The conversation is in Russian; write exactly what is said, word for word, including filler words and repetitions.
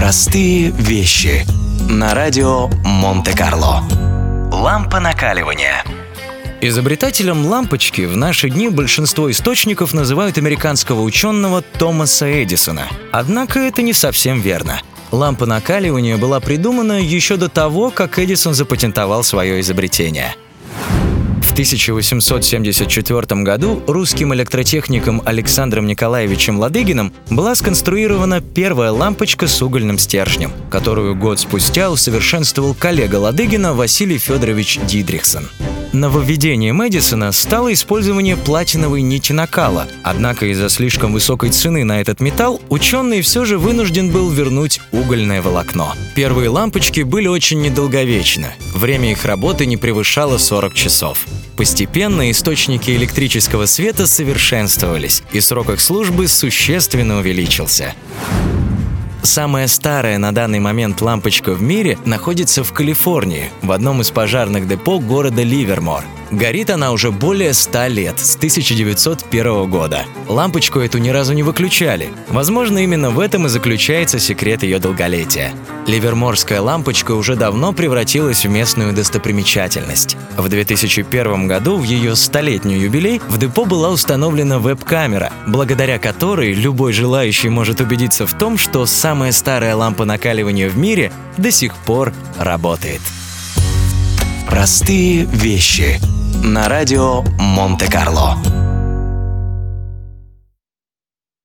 Простые вещи на радио Монте-Карло. Лампа накаливания. Изобретателем лампочки в наши дни большинство источников называют американского ученого Томаса Эдисона. Однако это не совсем верно. Лампа накаливания была придумана еще до того, как Эдисон запатентовал свое изобретение. В тысяча восемьсот семьдесят четвёртом году русским электротехником Александром Николаевичем Ладыгиным была сконструирована первая лампочка с угольным стержнем, которую год спустя усовершенствовал коллега Ладыгина Василий Федорович Дидрихсон. Нововведением Эдисона стало использование платиновой нити накала, однако из-за слишком высокой цены на этот металл ученый все же вынужден был вернуть угольное волокно. Первые лампочки были очень недолговечны, время их работы не превышало сорок часов. Постепенно источники электрического света совершенствовались, и срок их службы существенно увеличился. Самая старая на данный момент лампочка в мире находится в Калифорнии, в одном из пожарных депо города Ливермор. Горит она уже более ста лет, с тысяча девятьсот первого года. Лампочку эту ни разу не выключали. Возможно, именно в этом и заключается секрет ее долголетия. Ливерморская лампочка уже давно превратилась в местную достопримечательность. В две тысячи первом году, в ее столетний юбилей, в депо была установлена веб-камера, благодаря которой любой желающий может убедиться в том, что самая старая лампа накаливания в мире до сих пор работает. Простые вещи на радио Монте-Карло.